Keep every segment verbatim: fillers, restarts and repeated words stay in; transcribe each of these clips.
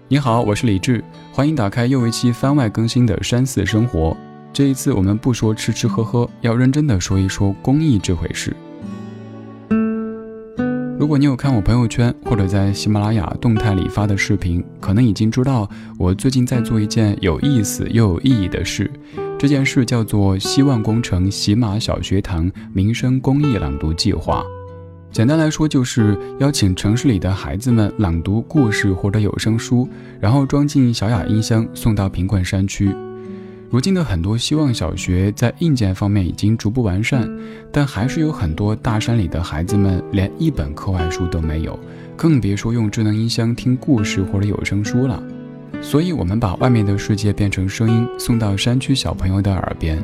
你好，我是李志，欢迎打开又一期番外更新的山寺生活。这一次我们不说吃吃喝喝，要认真的说一说公益这回事。如果你有看我朋友圈或者在喜马拉雅动态里发的视频，可能已经知道我最近在做一件有意思又有意义的事。这件事叫做希望工程喜马小学堂民生公益朗读计划。简单来说，就是邀请城市里的孩子们朗读故事或者有声书，然后装进小雅音箱送到贫困山区。如今的很多希望小学在硬件方面已经逐步完善，但还是有很多大山里的孩子们连一本课外书都没有，更别说用智能音箱听故事或者有声书了。所以我们把外面的世界变成声音，送到山区小朋友的耳边。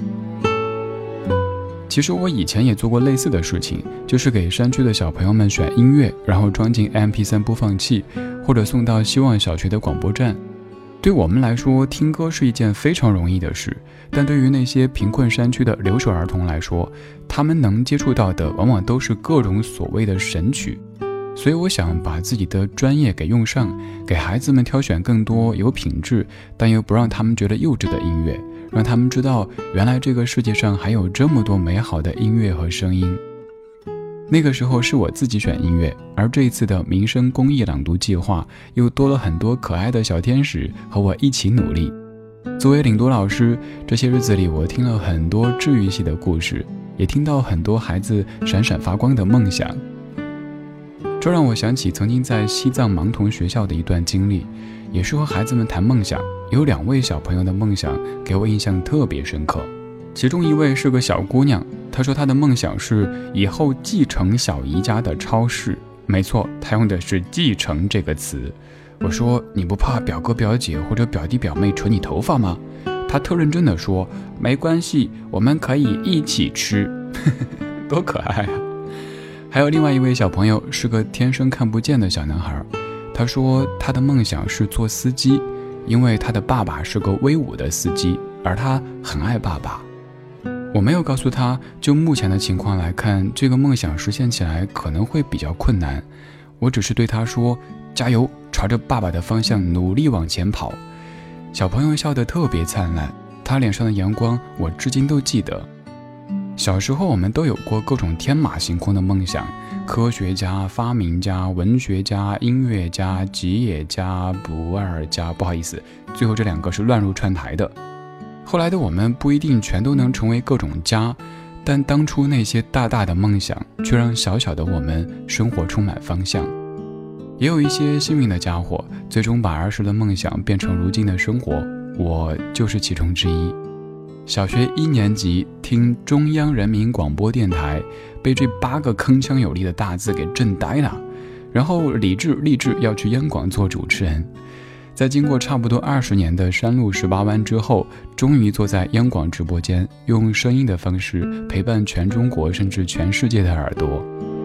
其实我以前也做过类似的事情，就是给山区的小朋友们选音乐，然后装进 M P 三 播放器，或者送到希望小学的广播站。对我们来说，听歌是一件非常容易的事，但对于那些贫困山区的留守儿童来说，他们能接触到的往往都是各种所谓的神曲。所以我想把自己的专业给用上，给孩子们挑选更多有品质但又不让他们觉得幼稚的音乐，让他们知道原来这个世界上还有这么多美好的音乐和声音。那个时候是我自己选音乐，而这一次的民生公益朗读计划又多了很多可爱的小天使和我一起努力。作为领读老师，这些日子里我听了很多治愈系的故事，也听到很多孩子闪闪发光的梦想。这让我想起曾经在西藏盲童学校的一段经历，也是和孩子们谈梦想，有两位小朋友的梦想给我印象特别深刻。其中一位是个小姑娘，她说她的梦想是以后继承小姨家的超市。没错，她用的是继承这个词。我说，你不怕表哥表姐或者表弟表妹扯你头发吗？她特认真地说，没关系，我们可以一起吃。多可爱啊。还有另外一位小朋友是个天生看不见的小男孩，他说他的梦想是做司机，因为他的爸爸是个威武的司机，而他很爱爸爸。我没有告诉他，就目前的情况来看，这个梦想实现起来可能会比较困难。我只是对他说，加油，朝着爸爸的方向努力往前跑。小朋友笑得特别灿烂，他脸上的阳光我至今都记得。小时候我们都有过各种天马行空的梦想，科学家、发明家、文学家、音乐家、吉野家、不二家，不好意思，最后这两个是乱入串台的。后来的我们不一定全都能成为各种家，但当初那些大大的梦想却让小小的我们生活充满方向。也有一些幸运的家伙最终把儿时的梦想变成如今的生活，我就是其中之一。小学一年级听中央人民广播电台，被这八个铿锵有力的大字给震呆了，然后立志立志要去央广做主持人。在经过差不多二十年的山路十八弯之后，终于坐在央广直播间，用声音的方式陪伴全中国甚至全世界的耳朵。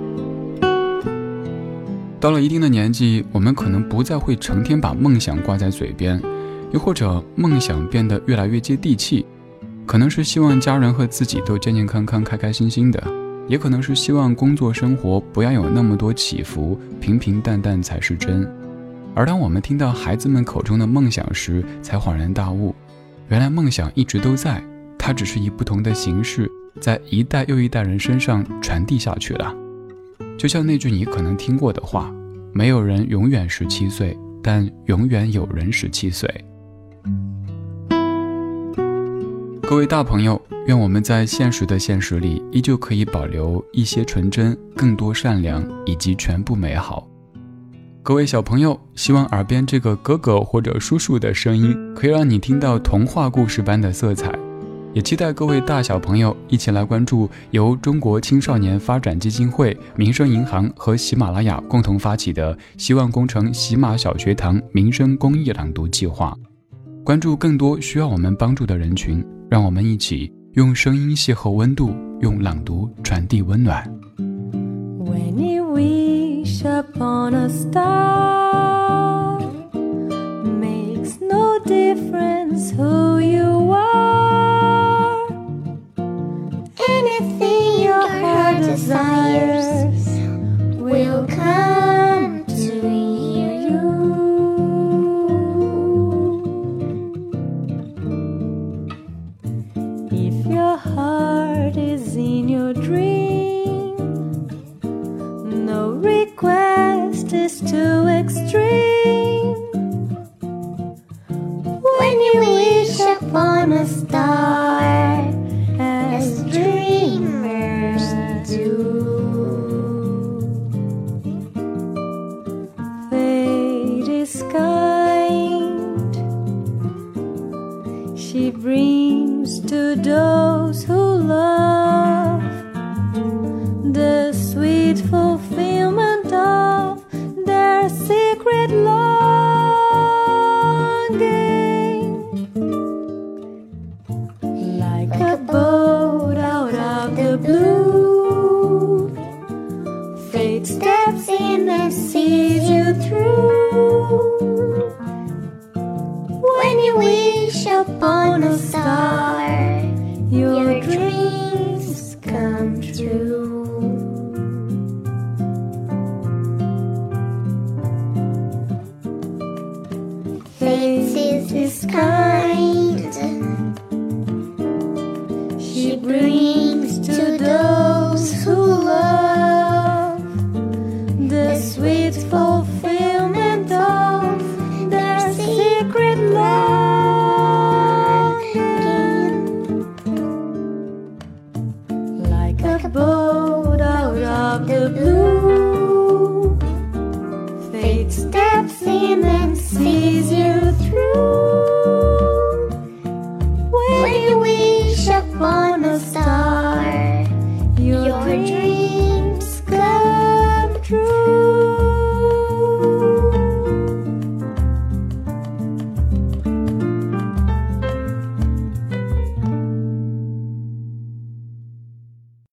到了一定的年纪，我们可能不再会成天把梦想挂在嘴边，又或者梦想变得越来越接地气，可能是希望家人和自己都健健康康开开心心的，也可能是希望工作生活不要有那么多起伏，平平淡淡才是真。而当我们听到孩子们口中的梦想时，才恍然大悟，原来梦想一直都在，它只是以不同的形式在一代又一代人身上传递下去了。就像那句你可能听过的话，没有人永远十七岁，但永远有人十七岁。各位大朋友，愿我们在现实的现实里依旧可以保留一些纯真，更多善良，以及全部美好。各位小朋友，希望耳边这个哥哥或者叔叔的声音可以让你听到童话故事般的色彩，也期待各位大小朋友一起来关注由中国青少年发展基金会、民生银行和喜马拉雅共同发起的希望工程喜马小学堂民生公益朗读计划，关注更多需要我们帮助的人群，让我们一起用声音邂逅温度，用朗读传递温暖。 When you wish upon a star, makes no difference who you are. Anything your heart desires will come to you. extreme. When you wish upon a star, as dreamers do. Fate is kind. She brings to those who love the sweet fulfillment of their secret longing. Like a boat out of the blue, fate steps in and sees you through. When you wish upon a star, your dreams come true. Fate is kind. She brings to those who love the sweet fulfillment